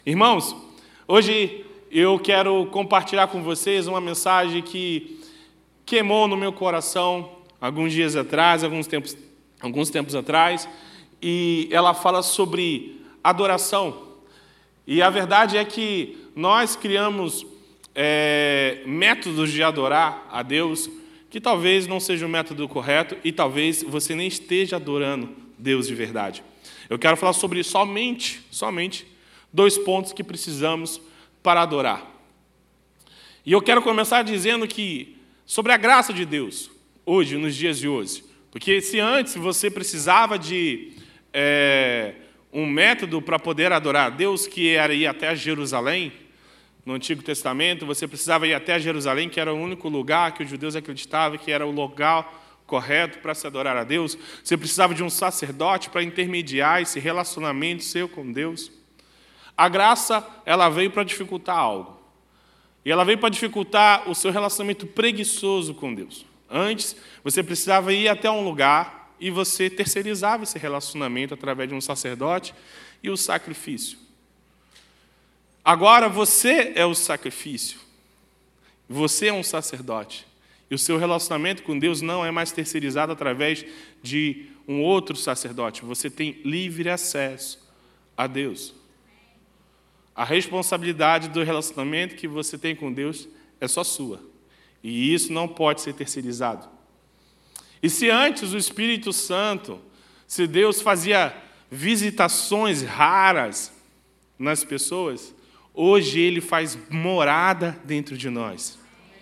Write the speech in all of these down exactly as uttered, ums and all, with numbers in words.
Irmãos, hoje eu quero compartilhar com vocês uma mensagem que queimou no meu coração alguns dias atrás, alguns tempos, alguns tempos atrás, e ela fala sobre adoração. E a verdade é que nós criamos é, métodos de adorar a Deus que talvez não seja o método correto e talvez você nem esteja adorando Deus de verdade. Eu quero falar sobre somente, somente dois pontos que precisamos para adorar. E eu quero começar dizendo que sobre a graça de Deus, hoje, nos dias de hoje. Porque se antes você precisava de é, um método para poder adorar a Deus, que era ir até Jerusalém, no Antigo Testamento, você precisava ir até Jerusalém, que era o único lugar que os judeus acreditavam que era o lugar correto para se adorar a Deus. Você precisava de um sacerdote para intermediar esse relacionamento seu com Deus. A graça, ela veio para dificultar algo. E ela veio para dificultar o seu relacionamento preguiçoso com Deus. Antes, você precisava ir até um lugar e você terceirizava esse relacionamento através de um sacerdote e o sacrifício. Agora, você é o sacrifício. Você é um sacerdote. E o seu relacionamento com Deus não é mais terceirizado através de um outro sacerdote. Você tem livre acesso a Deus. A responsabilidade do relacionamento que você tem com Deus é só sua. E isso não pode ser terceirizado. E se antes o Espírito Santo, se Deus fazia visitações raras nas pessoas, hoje Ele faz morada dentro de nós.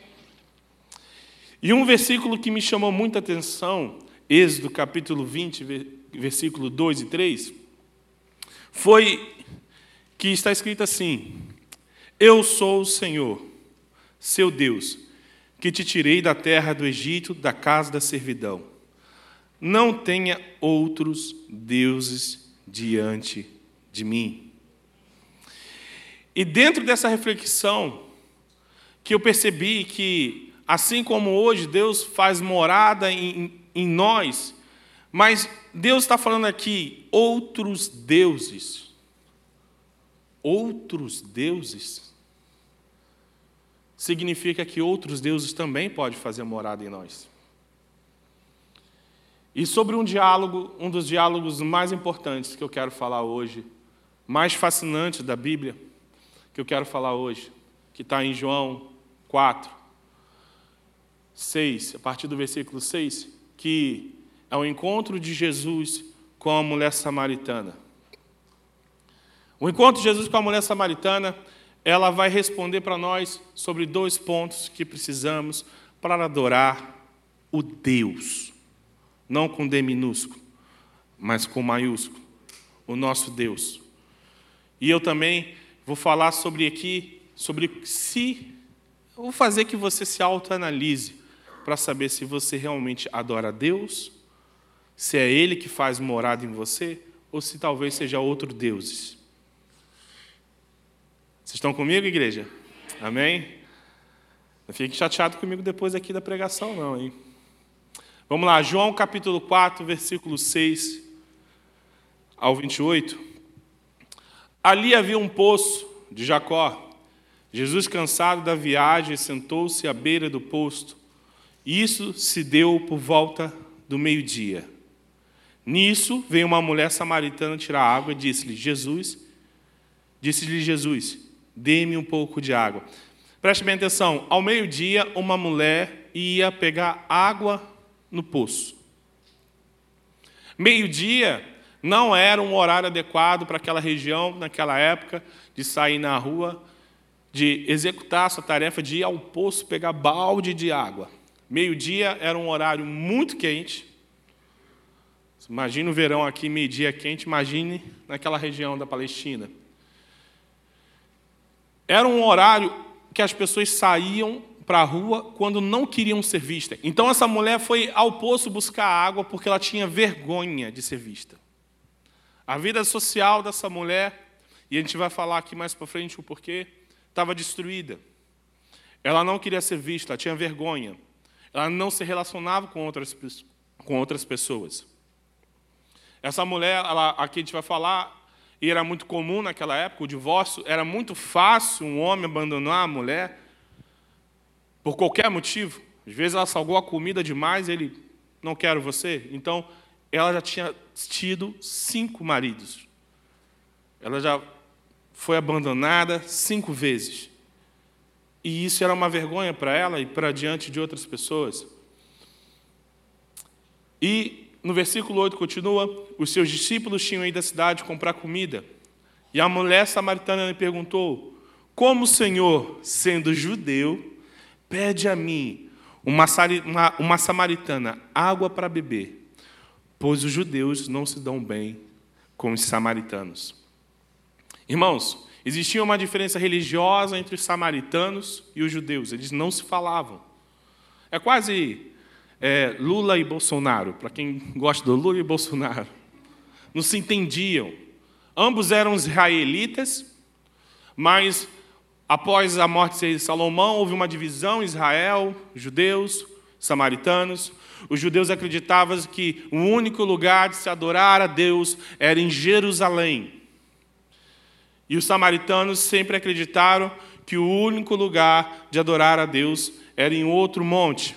E um versículo que me chamou muita atenção, Êxodo capítulo vinte, versículo dois e três, foi que está escrito assim: Eu sou o Senhor, seu Deus, que te tirei da terra do Egito, da casa da servidão. Não tenha outros deuses diante de mim. E dentro dessa reflexão, que eu percebi que, assim como hoje Deus faz morada em, em nós, mas Deus está falando aqui, outros deuses. Outros deuses significa que outros deuses também podem fazer morada em nós. E sobre um diálogo, um dos diálogos mais importantes que eu quero falar hoje, mais fascinantes da Bíblia, que eu quero falar hoje, que está em João quatro, seis, a partir do versículo seis, que é o encontro de Jesus com a mulher samaritana. O encontro de Jesus com a mulher samaritana, ela vai responder para nós sobre dois pontos que precisamos para adorar o Deus. Não com D minúsculo, mas com maiúsculo. O nosso Deus. E eu também vou falar sobre aqui, sobre se... Eu vou fazer que você se autoanalise para saber se você realmente adora a Deus, se é Ele que faz morada em você, ou se talvez seja outro deuses. Vocês estão comigo, igreja? Amém? Não fique chateado comigo depois aqui da pregação, não, hein? Vamos lá, João capítulo quatro, versículo seis ao vinte e oito. Ali havia um poço de Jacó. Jesus, cansado da viagem, sentou-se à beira do poço. Isso se deu por volta do meio-dia. Nisso veio uma mulher samaritana tirar água e disse-lhe, Jesus, disse-lhe Jesus, dê-me um pouco de água. Preste bem atenção, ao meio-dia uma mulher ia pegar água no poço. Meio-dia não era um horário adequado para aquela região, naquela época, de sair na rua, de executar a sua tarefa de ir ao poço pegar balde de água. Meio-dia era um horário muito quente. Imagina o verão aqui, meio-dia quente, imagine naquela região da Palestina. Era um horário que as pessoas saíam para a rua quando não queriam ser vistas. Então, essa mulher foi ao poço buscar água porque ela tinha vergonha de ser vista. A vida social dessa mulher, e a gente vai falar aqui mais para frente o porquê, estava destruída. Ela não queria ser vista, ela tinha vergonha. Ela não se relacionava com outras, com outras pessoas. Essa mulher, ela, aqui a gente vai falar, e era muito comum naquela época, o divórcio, era muito fácil um homem abandonar a mulher por qualquer motivo. Às vezes ela salgou a comida demais, ele, não quero você. Então, ela já tinha tido cinco maridos. Ela já foi abandonada cinco vezes. E isso era uma vergonha para ela e para diante de outras pessoas. E no versículo oito continua, os seus discípulos tinham ido à cidade comprar comida. E a mulher samaritana lhe perguntou, como o Senhor, sendo judeu, pede a mim, uma, uma, uma samaritana, água para beber, pois os judeus não se dão bem com os samaritanos. Irmãos, existia uma diferença religiosa entre os samaritanos e os judeus. Eles não se falavam. É quase é, Lula e Bolsonaro, para quem gosta do Lula e Bolsonaro. Não se entendiam. Ambos eram israelitas, mas após a morte de Salomão, houve uma divisão em Israel, judeus, samaritanos. Os judeus acreditavam que o único lugar de se adorar a Deus era em Jerusalém. E os samaritanos sempre acreditaram que o único lugar de adorar a Deus era em outro monte.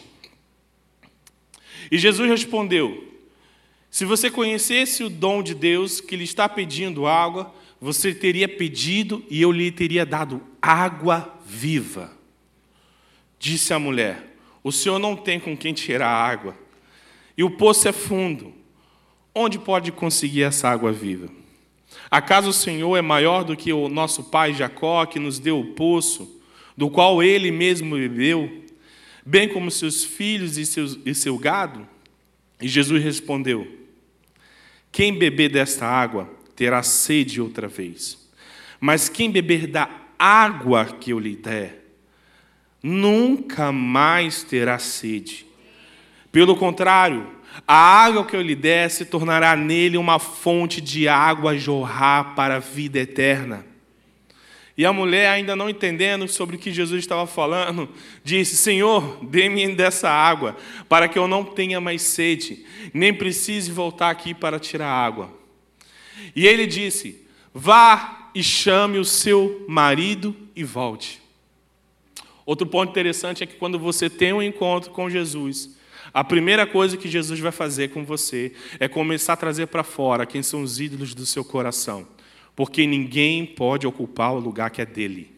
E Jesus respondeu, se você conhecesse o dom de Deus que lhe está pedindo água, você teria pedido e eu lhe teria dado água viva. Disse a mulher, o senhor não tem com quem tirar água, e o poço é fundo. Onde pode conseguir essa água viva? Acaso o Senhor é maior do que o nosso pai Jacó, que nos deu o poço, do qual ele mesmo bebeu, bem como seus filhos e, seus, e seu gado? E Jesus respondeu, quem beber desta água terá sede outra vez. Mas quem beber da água que eu lhe der, nunca mais terá sede. Pelo contrário, a água que eu lhe der se tornará nele uma fonte de água a jorrar para a vida eterna. E a mulher, ainda não entendendo sobre o que Jesus estava falando, disse, Senhor, dê-me dessa água, para que eu não tenha mais sede, nem precise voltar aqui para tirar água. E ele disse, vá e chame o seu marido e volte. Outro ponto interessante é que quando você tem um encontro com Jesus, a primeira coisa que Jesus vai fazer com você é começar a trazer para fora quem são os ídolos do seu coração. Porque ninguém pode ocupar o lugar que é dele.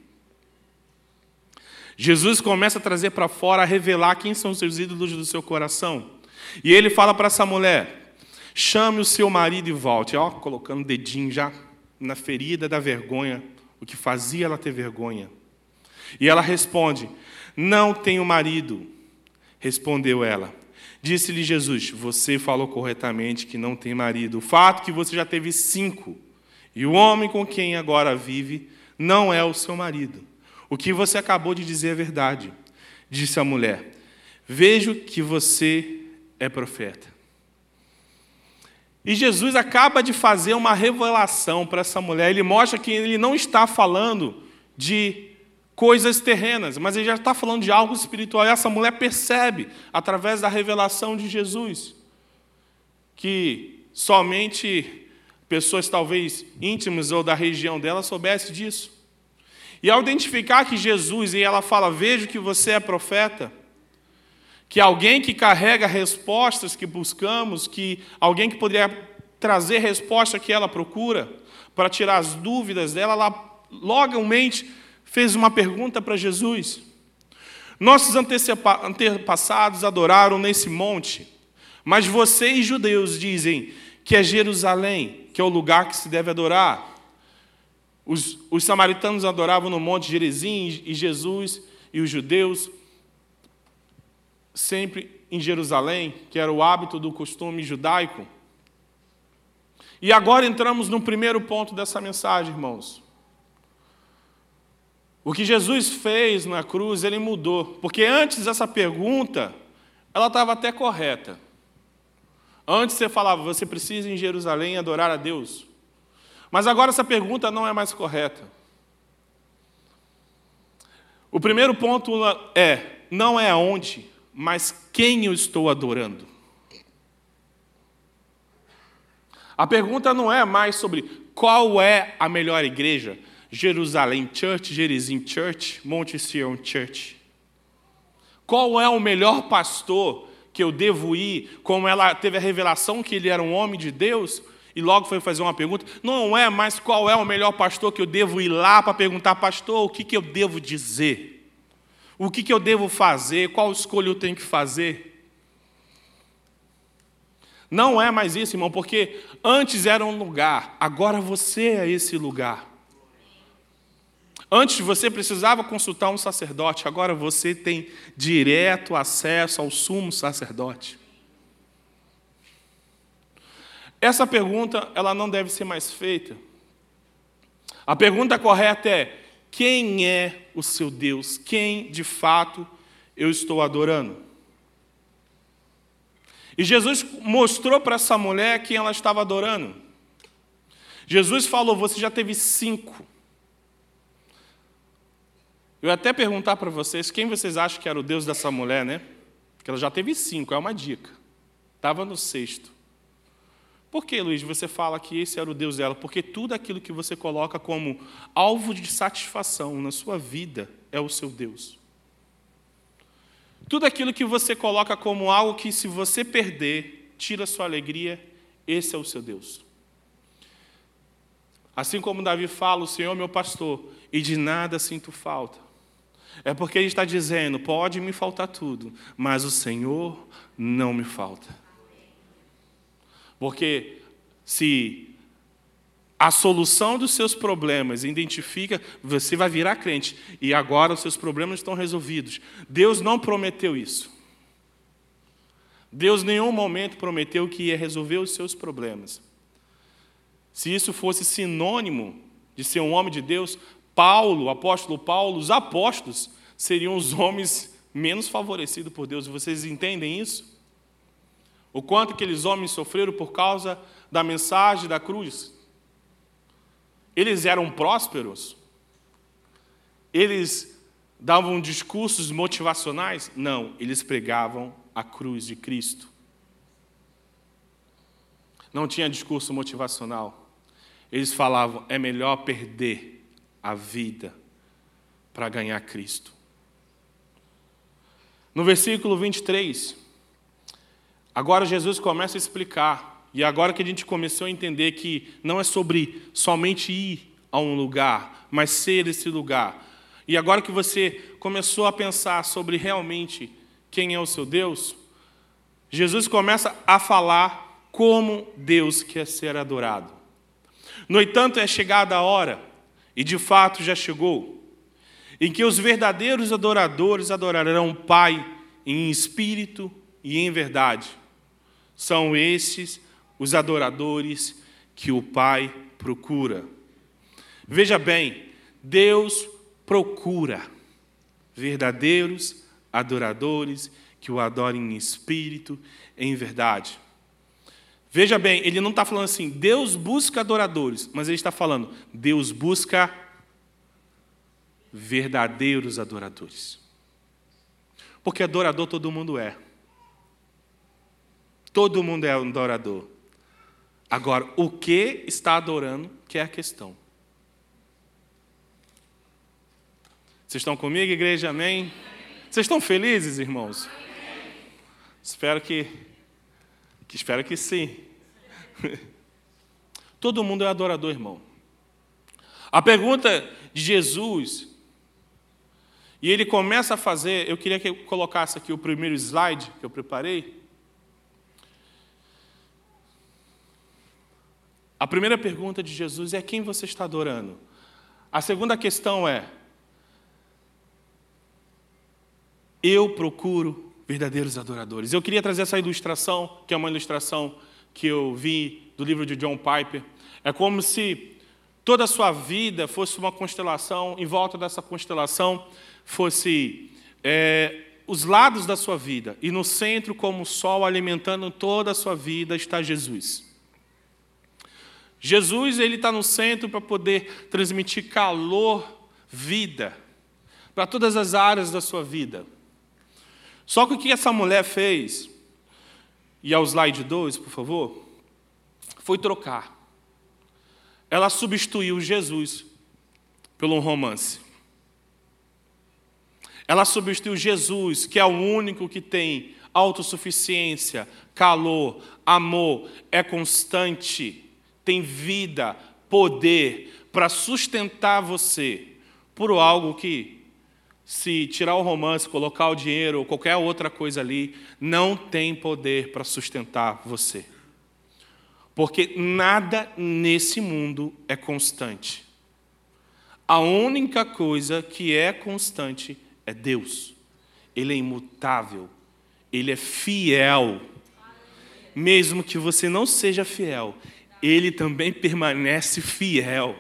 Jesus começa a trazer para fora, a revelar quem são os seus ídolos do seu coração. E ele fala para essa mulher, chame o seu marido e volte. Ó, colocando o dedinho já na ferida da vergonha, o que fazia ela ter vergonha. E ela responde, não tenho marido. Respondeu ela. Disse-lhe Jesus, você falou corretamente que não tem marido. O fato é que você já teve cinco. E o homem com quem agora vive não é o seu marido. O que você acabou de dizer é verdade. Disse a mulher, vejo que você é profeta. E Jesus acaba de fazer uma revelação para essa mulher. Ele mostra que ele não está falando de coisas terrenas, mas ele já está falando de algo espiritual. E essa mulher percebe, através da revelação de Jesus, que somente pessoas talvez íntimas ou da região dela soubessem disso. E ao identificar que Jesus, e ela fala, vejo que você é profeta, que alguém que carrega respostas que buscamos, que alguém que poderia trazer resposta que ela procura, para tirar as dúvidas dela, ela logicamente fez uma pergunta para Jesus. Nossos antepassados adoraram nesse monte, mas vocês, judeus, dizem que é Jerusalém, que é o lugar que se deve adorar. Os, os samaritanos adoravam no monte Gerizim, e Jesus e os judeus sempre em Jerusalém, que era o hábito do costume judaico. E agora entramos no primeiro ponto dessa mensagem, irmãos. O que Jesus fez na cruz, ele mudou. Porque antes essa pergunta, ela estava até correta. Antes você falava, você precisa ir em Jerusalém adorar a Deus. Mas agora essa pergunta não é mais correta. O primeiro ponto é, não é aonde, mas quem eu estou adorando. A pergunta não é mais sobre Qual é a melhor igreja? Jerusalém Church, Gerizim Church, Monte Sião Church. Qual é o melhor pastor que eu devo ir? Como ela teve a revelação que ele era um homem de Deus, e logo foi fazer uma pergunta. Não é, mas qual é o melhor pastor que eu devo ir lá para perguntar, pastor, o que, que eu devo dizer? O que, que eu devo fazer? Qual escolha eu tenho que fazer? Não é mais isso, irmão, porque antes era um lugar, agora você é esse lugar. Antes você precisava consultar um sacerdote, agora você tem direto acesso ao sumo sacerdote. Essa pergunta, ela não deve ser mais feita. A pergunta correta é: quem é o seu Deus? Quem, de fato, eu estou adorando? E Jesus mostrou para essa mulher quem ela estava adorando. Jesus falou: você já teve cinco. Eu ia até perguntar para vocês, quem vocês acham que era o Deus dessa mulher, né? Porque ela já teve cinco, é uma dica. Estava no sexto. Por que, Luiz, você fala que esse era o Deus dela? Porque tudo aquilo que você coloca como alvo de satisfação na sua vida é o seu Deus. Tudo aquilo que você coloca como algo que, se você perder, tira a sua alegria, esse é o seu Deus. Assim como Davi fala: o Senhor é meu pastor, e de nada sinto falta. É porque ele está dizendo: pode me faltar tudo, mas o Senhor não me falta. Porque se a solução dos seus problemas identifica, você vai virar crente, e agora os seus problemas estão resolvidos. Deus não prometeu isso. Deus em nenhum momento prometeu que ia resolver os seus problemas. Se isso fosse sinônimo de ser um homem de Deus, Paulo, o apóstolo Paulo, os apóstolos seriam os homens menos favorecidos por Deus. Vocês entendem isso? O quanto aqueles homens sofreram por causa da mensagem da cruz. Eles eram prósperos? Eles davam discursos motivacionais? Não, eles pregavam a cruz de Cristo. Não tinha discurso motivacional. Eles falavam: é melhor perder a vida para ganhar Cristo. No versículo vinte e três, agora Jesus começa a explicar, e agora que a gente começou a entender que não é sobre somente ir a um lugar, mas ser esse lugar. E agora que você começou a pensar sobre realmente quem é o seu Deus, Jesus começa a falar como Deus quer ser adorado. No entanto, é chegada a hora, e de fato já chegou, em que os verdadeiros adoradores adorarão o Pai em espírito e em verdade. São esses os adoradores que o Pai procura. Veja bem, Deus procura verdadeiros adoradores que o adorem em espírito e em verdade. Veja bem, ele não está falando assim: Deus busca adoradores, mas ele está falando: Deus busca verdadeiros adoradores. Porque adorador todo mundo é. Todo mundo é um adorador. Agora, o que está adorando que é a questão. Vocês estão comigo, igreja? Amém? Vocês estão felizes, irmãos? Espero que, que espero que sim. Todo mundo é adorador, irmão. A pergunta de Jesus, e ele começa a fazer, eu queria que eu colocasse aqui o primeiro slide que eu preparei. A primeira pergunta de Jesus é: quem você está adorando? A segunda questão é: eu procuro verdadeiros adoradores. Eu queria trazer essa ilustração, que é uma ilustração que eu vi do livro de John Piper. É como se toda a sua vida fosse uma constelação, em volta dessa constelação fosse é, os lados da sua vida, e no centro, como o sol alimentando toda a sua vida, está Jesus. Jesus, ele está no centro para poder transmitir calor, vida, para todas as áreas da sua vida. Só que o que essa mulher fez, e ao slide dois, por favor, foi trocar. ela substituiu Jesus por um romance. Ela substituiu Jesus, que é o único que tem autossuficiência, calor, amor, é constante, tem vida, poder para sustentar você, por algo que, se tirar o romance, colocar o dinheiro ou qualquer outra coisa ali, não tem poder para sustentar você. Porque nada nesse mundo é constante. A única coisa que é constante é Deus. Ele é imutável. Ele é fiel. Mesmo que você não seja fiel, Ele também permanece fiel.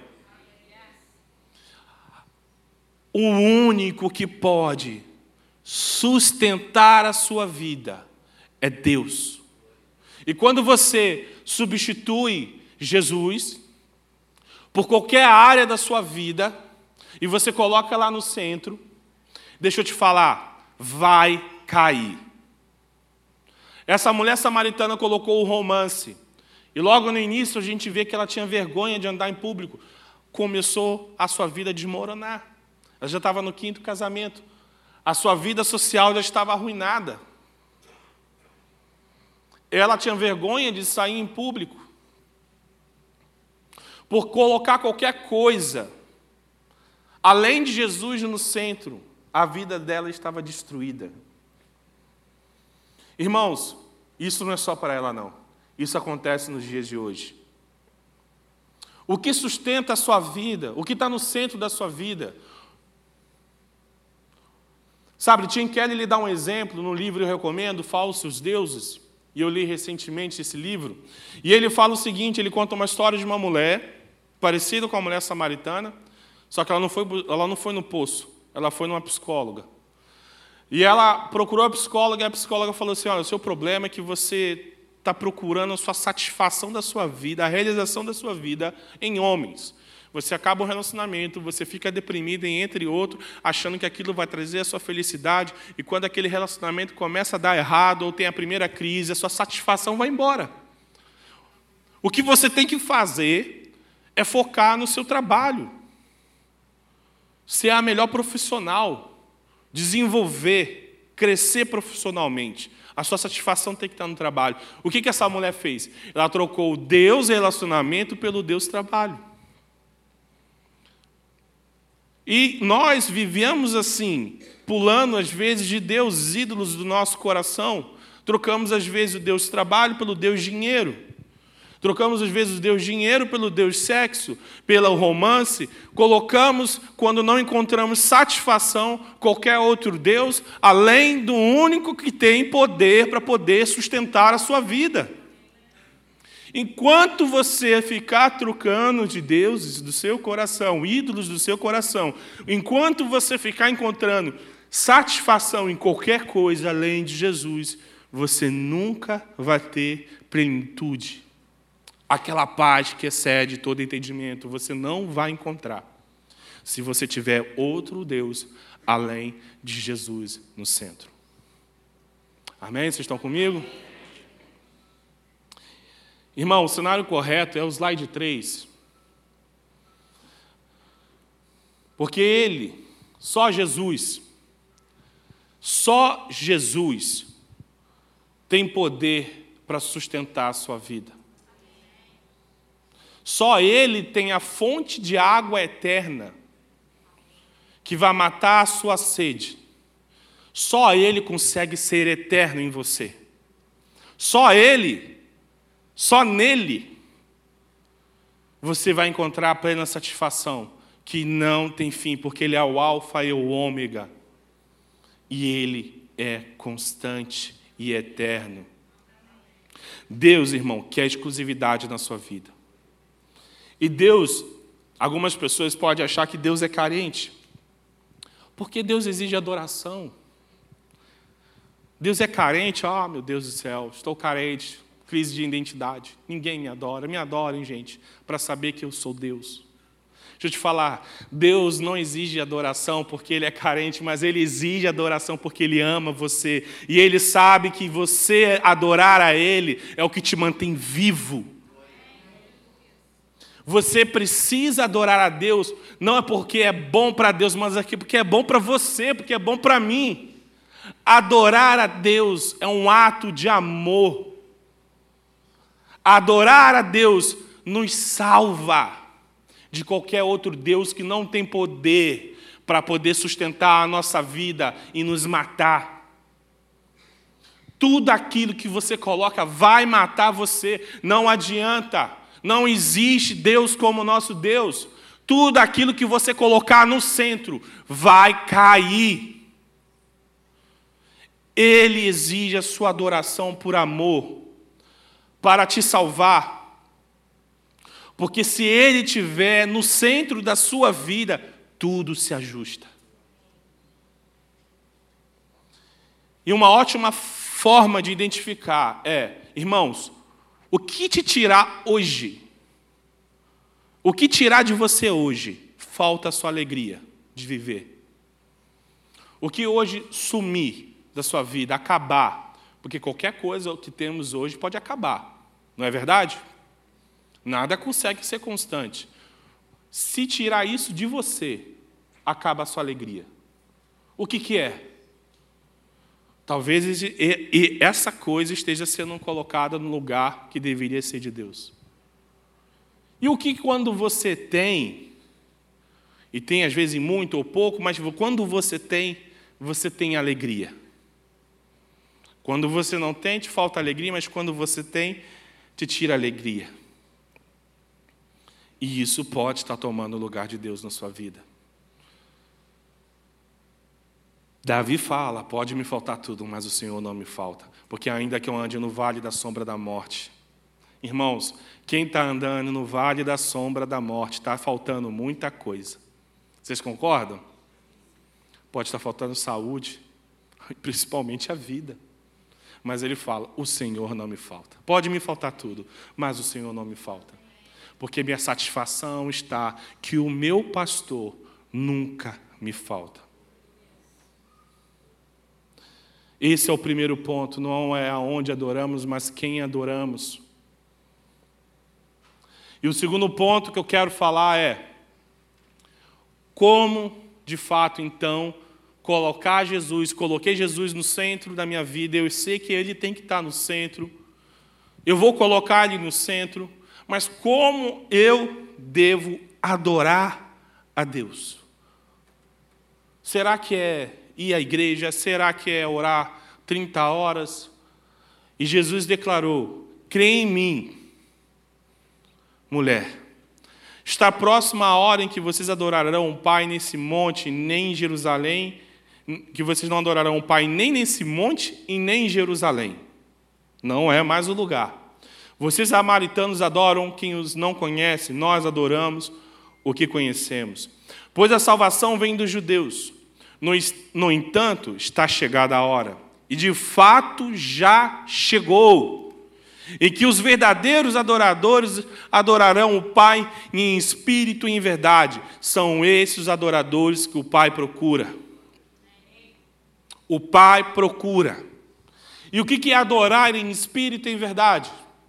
O único que pode sustentar a sua vida é Deus. E quando você substitui Jesus por qualquer área da sua vida e você coloca lá no centro, deixa eu te falar, vai cair. Essa mulher samaritana colocou o romance. E logo no início a gente vê que ela tinha vergonha de andar em público. Começou a sua vida a desmoronar. Ela já estava no quinto casamento. A sua vida social já estava arruinada. Ela tinha vergonha de sair em público. Por colocar qualquer coisa, além de Jesus no centro, a vida dela estava destruída. Irmãos, isso não é só para ela, não. Isso acontece nos dias de hoje. O que sustenta a sua vida, o que está no centro da sua vida. Sabe, Tim Keller lhe dá um exemplo no livro Eu Recomendo, Falsos Deuses, e eu li recentemente esse livro, e ele fala o seguinte, ele conta uma história de uma mulher, parecida com a mulher samaritana, só que ela não foi, ela não foi no poço, ela foi numa psicóloga. E ela procurou a psicóloga, e a psicóloga falou assim, olha, o seu problema é que você está procurando a sua satisfação da sua vida, a realização da sua vida em homens. Você acaba um relacionamento, você fica deprimido, entre outros, achando que aquilo vai trazer a sua felicidade, e quando aquele relacionamento começa a dar errado, ou tem a primeira crise, a sua satisfação vai embora. O que você tem que fazer é focar no seu trabalho, ser a melhor profissional, desenvolver, crescer profissionalmente. A sua satisfação tem que estar no trabalho. O que que essa mulher fez? Ela trocou o Deus relacionamento pelo Deus trabalho. E nós vivemos assim, pulando às vezes de Deus, ídolos do nosso coração. Trocamos às vezes o Deus trabalho pelo Deus dinheiro. Trocamos às vezes o Deus dinheiro pelo Deus sexo, pelo romance. Colocamos, quando não encontramos satisfação, qualquer outro Deus, além do único que tem poder para poder sustentar a sua vida. Enquanto você ficar trocando de deuses do seu coração, ídolos do seu coração, enquanto você ficar encontrando satisfação em qualquer coisa além de Jesus, você nunca vai ter plenitude. Aquela paz que excede todo entendimento, você não vai encontrar se você tiver outro Deus além de Jesus no centro. Amém? Vocês estão comigo? Irmão, o cenário correto é o slide três. Porque Ele, só Jesus, só Jesus tem poder para sustentar a sua vida. Só Ele tem a fonte de água eterna que vai matar a sua sede. Só Ele consegue ser eterno em você. Só Ele... Só nele você vai encontrar a plena satisfação, que não tem fim, porque Ele é o alfa e o ômega. E Ele é constante e eterno. Deus, irmão, quer exclusividade na sua vida. E Deus, algumas pessoas podem achar que Deus é carente, porque Deus exige adoração. Deus é carente, ah, meu Deus do céu, estou carente. Crise de identidade. Ninguém me adora. Me adorem, gente, para saber que eu sou Deus. Deixa eu te falar, Deus não exige adoração porque Ele é carente, mas Ele exige adoração porque Ele ama você. E Ele sabe que você adorar a Ele é o que te mantém vivo. Você precisa adorar a Deus, não é porque é bom para Deus, mas aqui porque é bom para você, porque é bom para mim. Adorar a Deus é um ato de amor. Adorar a Deus nos salva de qualquer outro Deus que não tem poder para poder sustentar a nossa vida e nos matar. Tudo aquilo que você coloca vai matar você, não adianta. Não existe Deus como nosso Deus. Tudo aquilo que você colocar no centro vai cair. Ele exige a sua adoração por amor, para te salvar. Porque se Ele estiver no centro da sua vida, tudo se ajusta. E uma ótima forma de identificar é, irmãos, o que te tirar hoje, o que tirar de você hoje, falta a sua alegria de viver. O que hoje sumir da sua vida, acabar, porque qualquer coisa que temos hoje pode acabar, não é verdade? Nada consegue ser constante. Se tirar isso de você, acaba a sua alegria. O que que é? Talvez essa coisa esteja sendo colocada no lugar que deveria ser de Deus. E o que quando você tem, e tem às vezes muito ou pouco, mas quando você tem, você tem alegria. Quando você não tem, te falta alegria, mas quando você tem, te tira alegria. E isso pode estar tomando o lugar de Deus na sua vida. Davi fala, pode me faltar tudo, mas o Senhor não me falta. Porque ainda que eu ande no vale da sombra da morte. Irmãos, quem está andando no vale da sombra da morte, está faltando muita coisa. Vocês concordam? Pode estar faltando saúde, principalmente a vida. Mas ele fala, o Senhor não me falta. Pode me faltar tudo, mas o Senhor não me falta. Porque minha satisfação está que o meu pastor nunca me falta. Esse é o primeiro ponto, não é aonde adoramos, mas quem adoramos. E o segundo ponto que eu quero falar é como, de fato, então, colocar Jesus, coloquei Jesus no centro da minha vida, eu sei que Ele tem que estar no centro, eu vou colocar Ele no centro, mas como eu devo adorar a Deus? Será que é ir à igreja? Será que é orar trinta horas? E Jesus declarou, crê em mim, mulher. Está próxima a hora em que vocês adorarão o Pai nesse monte, nem em Jerusalém, que vocês não adorarão o Pai nem nesse monte e nem em Jerusalém. Não é mais o lugar. Vocês, samaritanos, adoram quem os não conhece, nós adoramos o que conhecemos. Pois a salvação vem dos judeus. No, no entanto, está chegada a hora, e de fato já chegou, em que os verdadeiros adoradores adorarão o Pai em espírito e em verdade. São esses os adoradores que o Pai procura. O Pai procura. E o que é adorar em espírito e em verdade?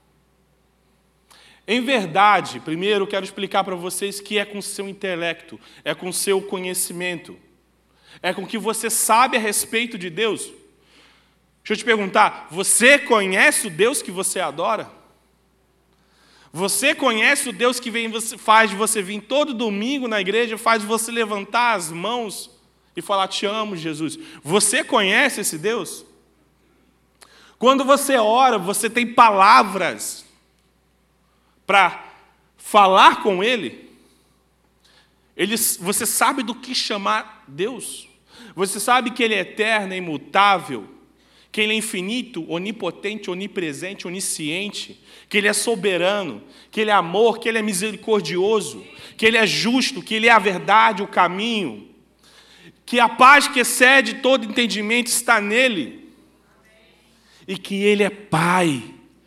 Em verdade, primeiro eu quero explicar para vocês que é com o seu intelecto, é com o seu conhecimento, é com o que você sabe a respeito de Deus. Deixa eu te perguntar, você conhece o Deus que você adora? Você conhece o Deus que vem, faz você vir todo domingo na igreja, faz você levantar as mãos e falar, te amo, Jesus? Você conhece esse Deus? Quando você ora, você tem palavras para falar com Ele? Ele, você sabe do que chamar Deus? Você sabe que Ele é eterno, é imutável, que Ele é infinito, onipotente, onipresente, onisciente, que Ele é soberano, que Ele é amor, que Ele é misericordioso, que Ele é justo, que Ele é a verdade, o caminho, que a paz que excede todo entendimento está nele, e que Ele é Pai.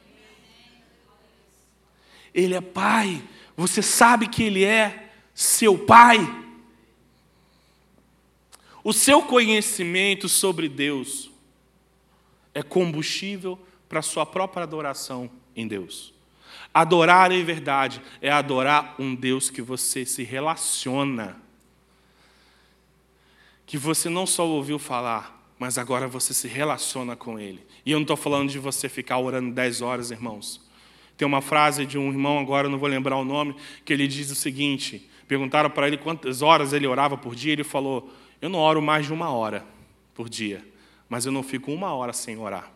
Ele é Pai. Você sabe que Ele é seu Pai. O seu conhecimento sobre Deus é combustível para a sua própria adoração em Deus. Adorar em verdade é adorar um Deus que você se relaciona. Que você não só ouviu falar, mas agora você se relaciona com Ele. E eu não estou falando de você ficar orando dez horas, irmãos. Tem uma frase de um irmão, agora eu não vou lembrar o nome, que ele diz o seguinte, perguntaram para ele quantas horas ele orava por dia, ele falou, eu não oro mais de uma hora por dia, mas eu não fico uma hora sem orar.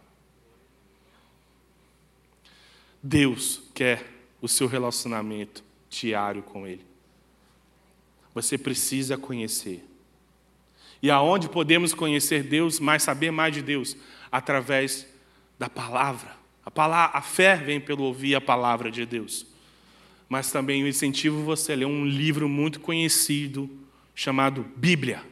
Deus quer o seu relacionamento diário com Ele. Você precisa conhecer. E aonde podemos conhecer Deus, mais saber mais de Deus? Através da palavra. A, palavra, a fé vem pelo ouvir a palavra de Deus. Mas também eu incentivo você a ler um livro muito conhecido, chamado Bíblia.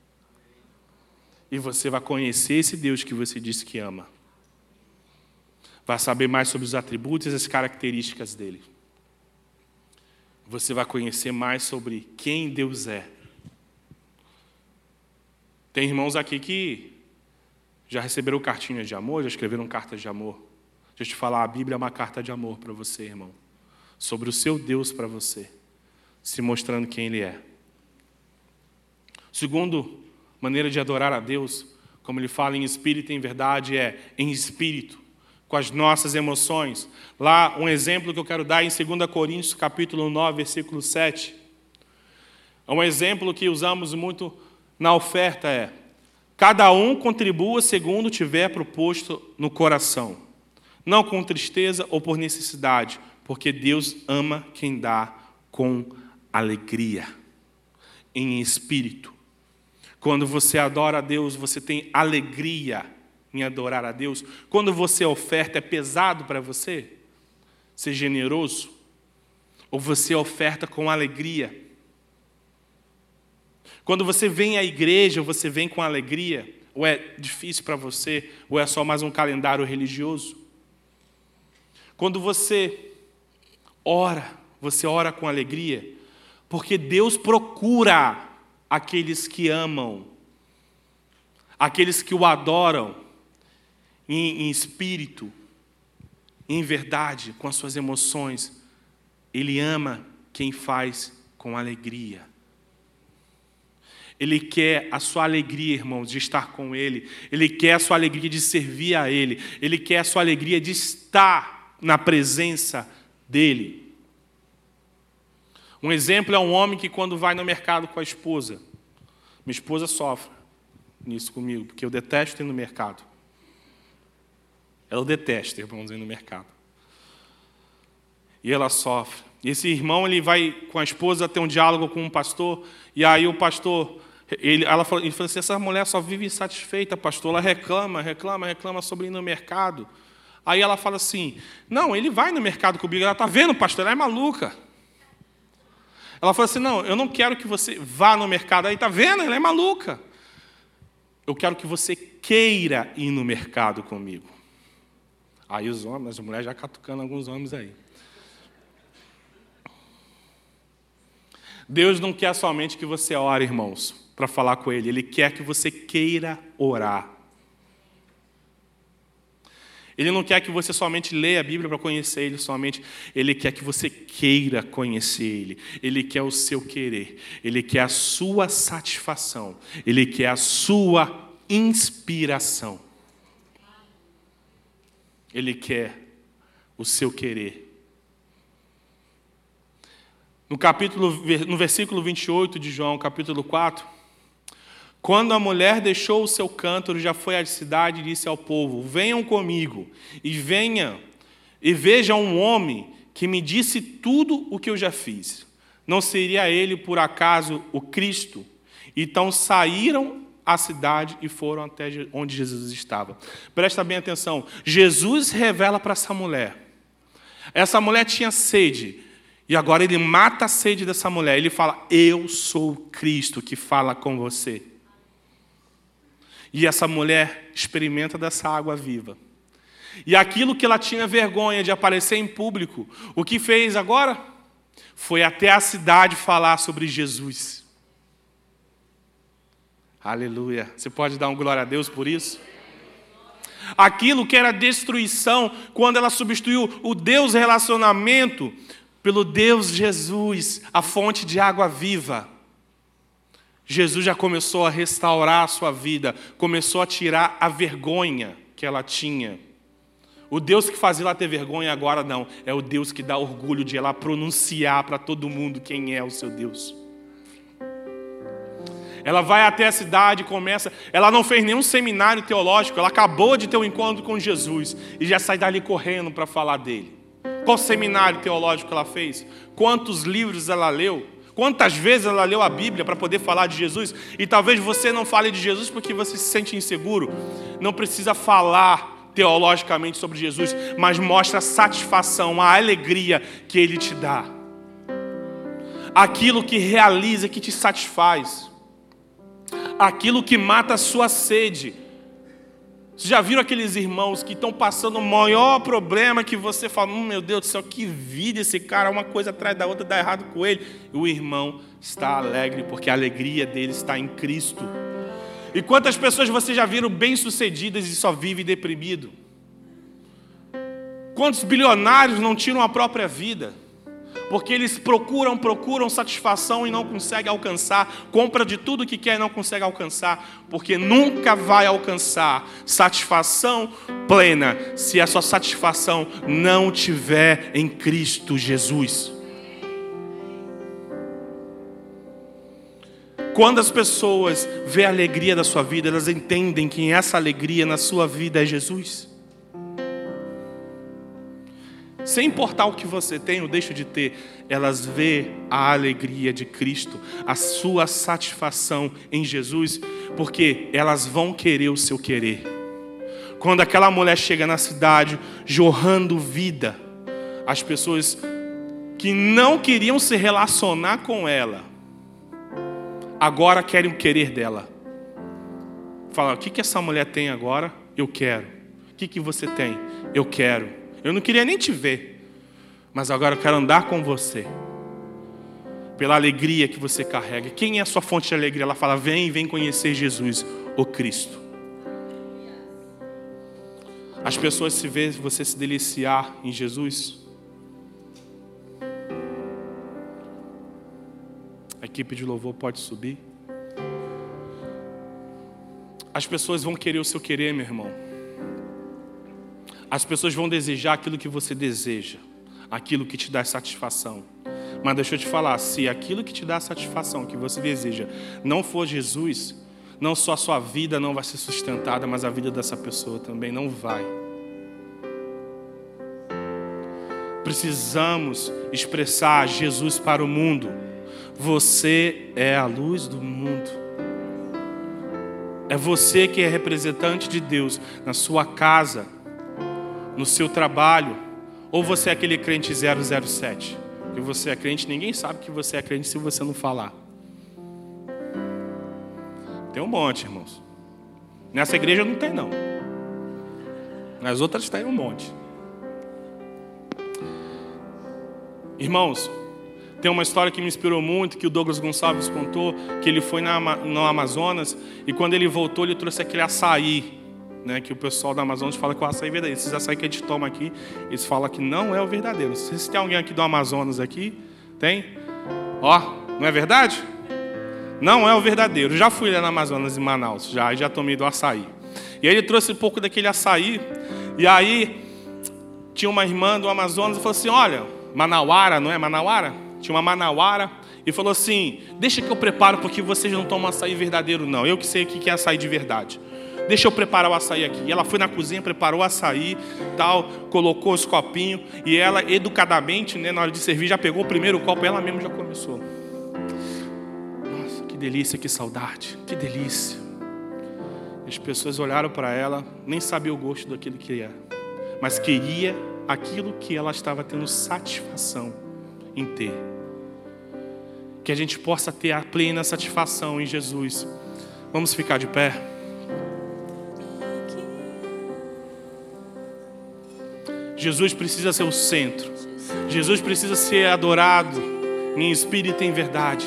E você vai conhecer esse Deus que você disse que ama. Vai saber mais sobre os atributos e as características dele. Você vai conhecer mais sobre quem Deus é. Tem irmãos aqui que já receberam cartinhas de amor, já escreveram cartas de amor. Deixa eu te falar, a Bíblia é uma carta de amor para você, irmão. Sobre o seu Deus para você, se mostrando quem Ele é. Segundo maneira de adorar a Deus, como Ele fala em espírito e em verdade, é em espírito, com as nossas emoções. Lá, um exemplo que eu quero dar em dois Coríntios, capítulo nove, versículo sete. É um exemplo que usamos muito na oferta, é: cada um contribua segundo tiver proposto no coração, não com tristeza ou por necessidade, porque Deus ama quem dá com alegria, em espírito. Quando você adora a Deus, você tem alegria em adorar a Deus. Quando você oferta, é pesado para você ser generoso? Ou você oferta com alegria? Quando você vem à igreja, você vem com alegria? Ou é difícil para você? Ou é só mais um calendário religioso? Quando você ora, você ora com alegria? Porque Deus procura aqueles que amam, aqueles que o adoram em, em espírito, em verdade, com as suas emoções. Ele ama quem faz com alegria. Ele quer a sua alegria, irmãos, de estar com Ele. Ele quer a sua alegria de servir a Ele. Ele quer a sua alegria de estar na presença dEle. Um exemplo é um homem que, quando vai no mercado com a esposa, minha esposa sofre nisso comigo, porque eu detesto ir no mercado. Ela detesta, irmãos, ir no mercado. E ela sofre. E esse irmão, ele vai com a esposa ter um diálogo com um pastor, e aí o pastor, ele, ela falou, ele falou assim, essa mulher só vive insatisfeita, pastor, ela reclama, reclama, reclama sobre ir no mercado. Aí ela fala assim, não, ele vai no mercado comigo, ela está vendo, pastor, ela é maluca. Ela falou assim, não, eu não quero que você vá no mercado, aí está vendo, ela é maluca. Eu quero que você queira ir no mercado comigo. Aí os homens, as mulheres já catucando alguns homens aí. Deus não quer somente que você ore, irmãos, para falar com Ele. Ele quer que você queira orar. Ele não quer que você somente leia a Bíblia para conhecer Ele somente. Ele quer que você queira conhecer Ele. Ele quer o seu querer. Ele quer a sua satisfação. Ele quer a sua inspiração. Ele quer o seu querer. No capítulo, no versículo vinte e oito de João, capítulo quatro, quando a mulher deixou o seu cântaro, já foi à cidade e disse ao povo, venham comigo, e venham, e vejam um homem que me disse tudo o que eu já fiz. Não seria ele, por acaso, o Cristo? Então saíram à cidade e foram até onde Jesus estava. Presta bem atenção, Jesus revela para essa mulher. Essa mulher tinha sede, e agora ele mata a sede dessa mulher. Ele fala, eu sou o Cristo que fala com você. E essa mulher experimenta dessa água viva. E aquilo que ela tinha vergonha de aparecer em público, o que fez agora? Foi até a cidade falar sobre Jesus. Aleluia. Você pode dar um glória a Deus por isso? Aquilo que era destruição, quando ela substituiu o Deus relacionamento pelo Deus Jesus, a fonte de água viva. Jesus já começou a restaurar a sua vida, começou a tirar a vergonha que ela tinha. O Deus que fazia ela ter vergonha agora não, é o Deus que dá orgulho de ela pronunciar para todo mundo quem é o seu Deus. Ela vai até a cidade e começa... Ela não fez nenhum seminário teológico, ela acabou de ter um encontro com Jesus e já sai dali correndo para falar dele. Qual seminário teológico ela fez? Quantos livros ela leu? Quantas vezes ela leu a Bíblia para poder falar de Jesus? E talvez você não fale de Jesus porque você se sente inseguro. Não precisa falar teologicamente sobre Jesus, mas mostra a satisfação, a alegria que Ele te dá. Aquilo que realiza, que te satisfaz. Aquilo que mata a sua sede. Vocês já viram aqueles irmãos que estão passando o maior problema que você fala, hum, meu Deus do céu, que vida esse cara, uma coisa atrás da outra, dá errado com ele. E o irmão está alegre, porque a alegria dele está em Cristo. E quantas pessoas vocês já viram bem-sucedidas e só vivem deprimido? Quantos bilionários não tiram a própria vida? Porque eles procuram, procuram satisfação e não conseguem alcançar. Compra de tudo que quer e não consegue alcançar. Porque nunca vai alcançar satisfação plena se a sua satisfação não estiver em Cristo Jesus. Quando as pessoas veem a alegria da sua vida, elas entendem que essa alegria na sua vida é Jesus. Sem importar o que você tem ou deixa de ter, elas veem a alegria de Cristo, a sua satisfação em Jesus, porque elas vão querer o seu querer. Quando aquela mulher chega na cidade, jorrando vida, as pessoas que não queriam se relacionar com ela, agora querem o querer dela. Fala, o que que essa mulher tem agora? Eu quero. O que que você tem? Eu quero. Eu não queria nem te ver, mas agora eu quero andar com você. Pela alegria que você carrega. Quem é a sua fonte de alegria? Ela fala, vem, vem conhecer Jesus, o Cristo. As pessoas se veem você se deliciar em Jesus. A equipe de louvor pode subir. As pessoas vão querer o seu querer, meu irmão. As pessoas vão desejar aquilo que você deseja, aquilo que te dá satisfação. Mas deixa eu te falar, se aquilo que te dá satisfação, que você deseja, não for Jesus, não só a sua vida não vai ser sustentada, mas a vida dessa pessoa também não vai. Precisamos expressar Jesus para o mundo. Você é a luz do mundo. É você que é representante de Deus na sua casa, no seu trabalho, ou você é aquele crente zero zero sete? Que você é crente, ninguém sabe que você é crente se você não falar. Tem um monte, irmãos. Nessa igreja não tem, não. Nas outras tem um monte. Irmãos, tem uma história que me inspirou muito, que o Douglas Gonçalves contou, que ele foi na, no Amazonas, e quando ele voltou, ele trouxe aquele açaí, né, que o pessoal da Amazonas fala que o açaí é verdadeiro. Esses açaí que a gente toma aqui, eles falam que não é o verdadeiro. Se tem alguém aqui do Amazonas aqui, tem? Ó, não é verdade? Não é o verdadeiro. Já fui lá na Amazonas, em Manaus, já, já tomei do açaí. E aí ele trouxe um pouco daquele açaí, e aí tinha uma irmã do Amazonas e falou assim, olha, Manauara, não é Manauara? Tinha uma Manauara, e falou assim, deixa que eu preparo, porque vocês não tomam açaí verdadeiro, não. Eu que sei o que é açaí de verdade. Deixa eu preparar o açaí aqui. E ela foi na cozinha, preparou o açaí, tal, colocou os copinhos. E ela, educadamente, né, na hora de servir, já pegou o primeiro copo e ela mesma já começou. Nossa, que delícia, que saudade, que delícia. As pessoas olharam para ela, nem sabiam o gosto daquilo que era, mas queria aquilo que ela estava tendo satisfação em ter. Que a gente possa ter a plena satisfação em Jesus. Vamos ficar de pé? Jesus precisa ser o centro. Jesus precisa ser adorado em espírito e em verdade.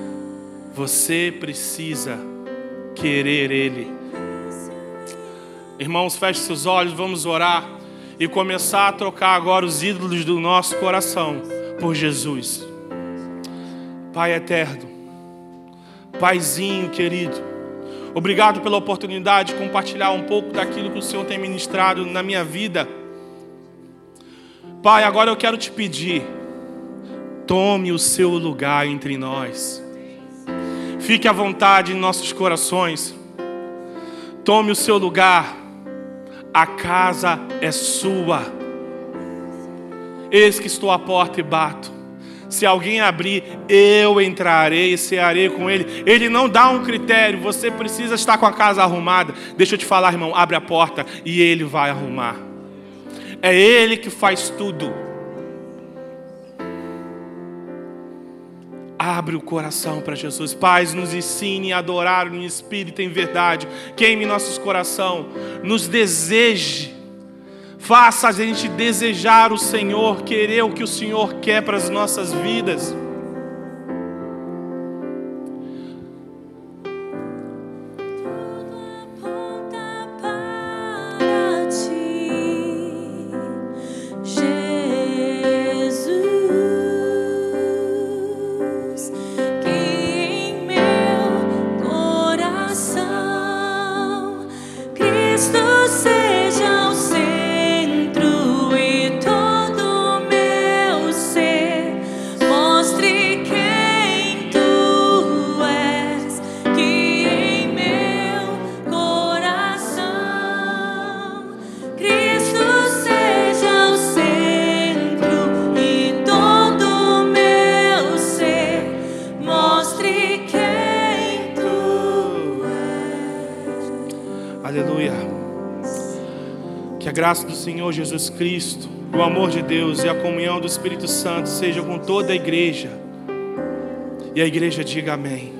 Você precisa querer Ele. Irmãos, feche seus olhos, vamos orar e começar a trocar agora os ídolos do nosso coração por Jesus. Pai eterno, Paizinho querido, obrigado pela oportunidade de compartilhar um pouco daquilo que o Senhor tem ministrado na minha vida. Pai, agora eu quero te pedir, tome o seu lugar entre nós. Fique à vontade em nossos corações. Tome o seu lugar. A casa é sua. Eis que estou à porta e bato. Se alguém abrir, eu entrarei e cearei com ele. Ele não dá um critério. Você precisa estar com a casa arrumada. Deixa eu te falar, irmão. Abre a porta e ele vai arrumar. É ele que faz tudo. Abre o coração para Jesus. Pai, nos ensine a adorar em espírito e em verdade. Queime nossos corações. Nos deseje. Faça a gente desejar o Senhor, querer o que o Senhor quer para as nossas vidas. Que a graça do Senhor Jesus Cristo, o amor de Deus e a comunhão do Espírito Santo seja com toda a igreja. E a igreja diga amém.